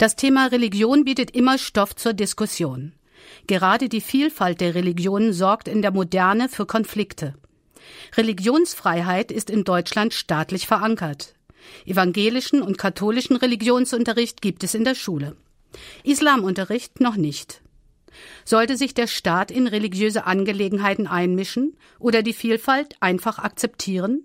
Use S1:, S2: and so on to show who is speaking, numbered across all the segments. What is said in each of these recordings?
S1: Das Thema Religion bietet immer Stoff zur Diskussion. Gerade die Vielfalt der Religionen sorgt in der Moderne für Konflikte. Religionsfreiheit ist in Deutschland staatlich verankert. Evangelischen und katholischen Religionsunterricht gibt es in der Schule. Islamunterricht noch nicht. Sollte sich der Staat in religiöse Angelegenheiten einmischen oder die Vielfalt einfach akzeptieren?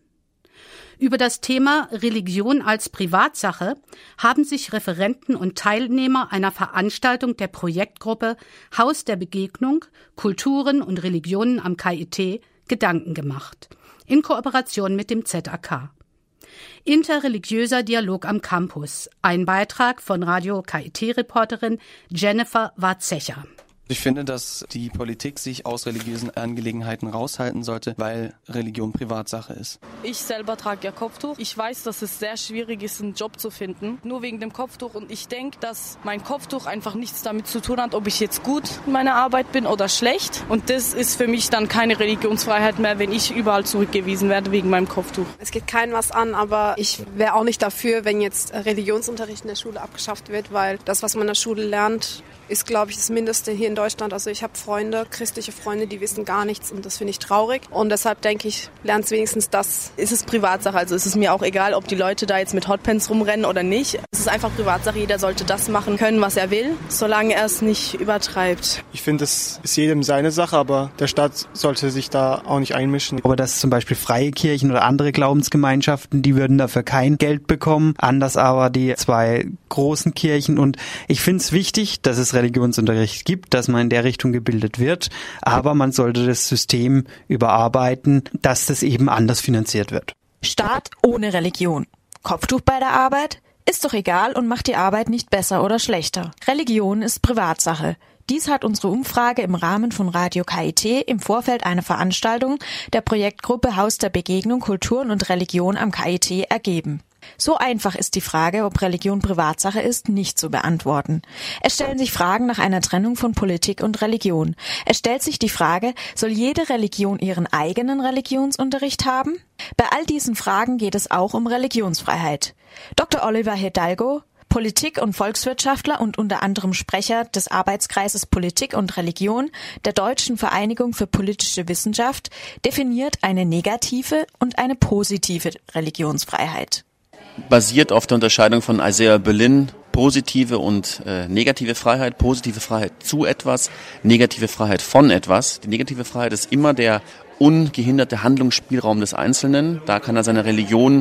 S1: Über das Thema Religion als Privatsache haben sich Referenten und Teilnehmer einer Veranstaltung der Projektgruppe Haus der Begegnung, Kulturen und Religionen am KIT Gedanken gemacht, in Kooperation mit dem ZAK. Interreligiöser Dialog am Campus, ein Beitrag von Radio KIT-Reporterin Jennifer Warzecher.
S2: Ich finde, dass die Politik sich aus religiösen Angelegenheiten raushalten sollte, weil Religion Privatsache ist.
S3: Ich selber trage ja Kopftuch. Ich weiß, dass es sehr schwierig ist, einen Job zu finden, nur wegen dem Kopftuch. Und ich denke, dass mein Kopftuch einfach nichts damit zu tun hat, ob ich jetzt gut in meiner Arbeit bin oder schlecht. Und das ist für mich dann keine Religionsfreiheit mehr, wenn ich überall zurückgewiesen werde wegen meinem Kopftuch.
S4: Es geht keinem was an, aber ich wäre auch nicht dafür, wenn jetzt Religionsunterricht in der Schule abgeschafft wird, weil das, was man in der Schule lernt, ist, glaube ich, das Mindeste hier in Deutschland. Also ich habe Freunde, christliche Freunde, die wissen gar nichts und das finde ich traurig. Und deshalb denke ich, lernt wenigstens das.
S3: Es ist Privatsache, also es ist mir auch egal, ob die Leute da jetzt mit Hotpants rumrennen oder nicht. Es ist einfach Privatsache, jeder sollte das machen können, was er will, solange er es nicht übertreibt.
S5: Ich finde, es ist jedem seine Sache, aber der Staat sollte sich da auch nicht einmischen.
S6: Aber dass zum Beispiel freie Kirchen oder andere Glaubensgemeinschaften, die würden dafür kein Geld bekommen, anders aber die zwei großen Kirchen. Und ich finde es wichtig, dass es Religionsunterricht gibt, dass man in der Richtung gebildet wird, aber man sollte das System überarbeiten, dass das eben anders finanziert wird.
S7: Staat ohne Religion. Kopftuch bei der Arbeit? Ist doch egal und macht die Arbeit nicht besser oder schlechter. Religion ist Privatsache. Dies hat unsere Umfrage im Rahmen von Radio KIT im Vorfeld einer Veranstaltung der Projektgruppe Haus der Begegnung, Kulturen und Religion am KIT ergeben. So einfach ist die Frage, ob Religion Privatsache ist, nicht zu beantworten. Es stellen sich Fragen nach einer Trennung von Politik und Religion. Es stellt sich die Frage, soll jede Religion ihren eigenen Religionsunterricht haben? Bei all diesen Fragen geht es auch um Religionsfreiheit. Dr. Oliver Hidalgo, Politik- und Volkswirtschaftler und unter anderem Sprecher des Arbeitskreises Politik und Religion der Deutschen Vereinigung für politische Wissenschaft, definiert eine negative und eine positive Religionsfreiheit.
S8: Basiert auf der Unterscheidung von Isaiah Berlin, positive und negative Freiheit. Positive Freiheit zu etwas, negative Freiheit von etwas. Die negative Freiheit ist immer der ungehinderte Handlungsspielraum des Einzelnen. Da kann er seine Religion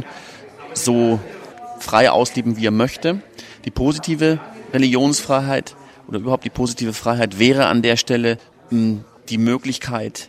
S8: so frei ausleben, wie er möchte. Die positive Religionsfreiheit oder überhaupt die positive Freiheit wäre an der Stelle die Möglichkeit,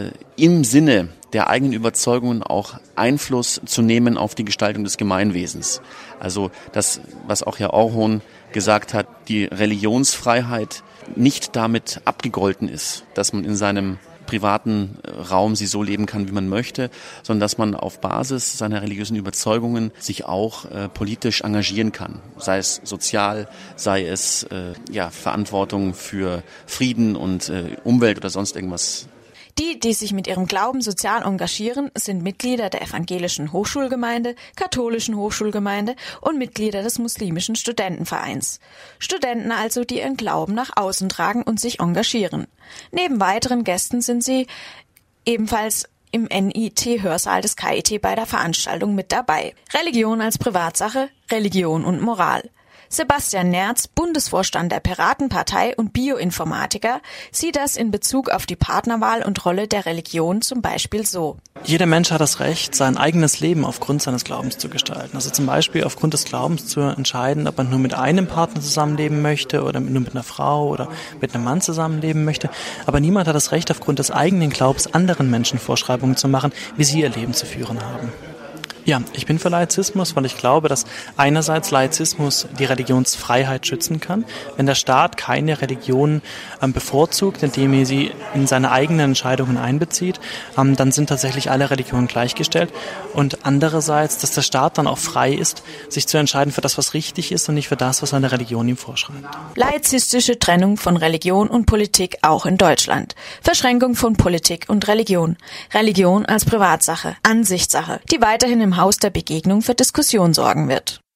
S8: im Sinne der eigenen Überzeugungen auch Einfluss zu nehmen auf die Gestaltung des Gemeinwesens. Also das, was auch Herr Orhon gesagt hat, die Religionsfreiheit nicht damit abgegolten ist, dass man in seinem privaten Raum sie so leben kann, wie man möchte, sondern dass man auf Basis seiner religiösen Überzeugungen sich auch politisch engagieren kann. Sei es sozial, sei es Verantwortung für Frieden und Umwelt oder sonst irgendwas.
S7: Die sich mit ihrem Glauben sozial engagieren, sind Mitglieder der evangelischen Hochschulgemeinde, katholischen Hochschulgemeinde und Mitglieder des muslimischen Studentenvereins. Studenten also, die ihren Glauben nach außen tragen und sich engagieren. Neben weiteren Gästen sind sie ebenfalls im NIT-Hörsaal des KIT bei der Veranstaltung mit dabei. Religion als Privatsache, Religion und Moral. Sebastian Nerz, Bundesvorstand der Piratenpartei und Bioinformatiker, sieht das in Bezug auf die Partnerwahl und Rolle der Religion zum Beispiel so.
S9: Jeder Mensch hat das Recht, sein eigenes Leben aufgrund seines Glaubens zu gestalten. Also zum Beispiel aufgrund des Glaubens zu entscheiden, ob man nur mit einem Partner zusammenleben möchte oder nur mit einer Frau oder mit einem Mann zusammenleben möchte. Aber niemand hat das Recht, aufgrund des eigenen Glaubens anderen Menschen Vorschreibungen zu machen, wie sie ihr Leben zu führen haben. Ja, ich bin für Laizismus, weil ich glaube, dass einerseits Laizismus die Religionsfreiheit schützen kann. Wenn der Staat keine Religion bevorzugt, indem er sie in seine eigenen Entscheidungen einbezieht, dann sind tatsächlich alle Religionen gleichgestellt. Und andererseits, dass der Staat dann auch frei ist, sich zu entscheiden für das, was richtig ist und nicht für das, was seine Religion ihm vorschreibt.
S7: Laizistische Trennung von Religion und Politik auch in Deutschland. Verschränkung von Politik und Religion. Religion als Privatsache, Ansichtssache, die weiterhin im Haus der Begegnung für Diskussion sorgen wird.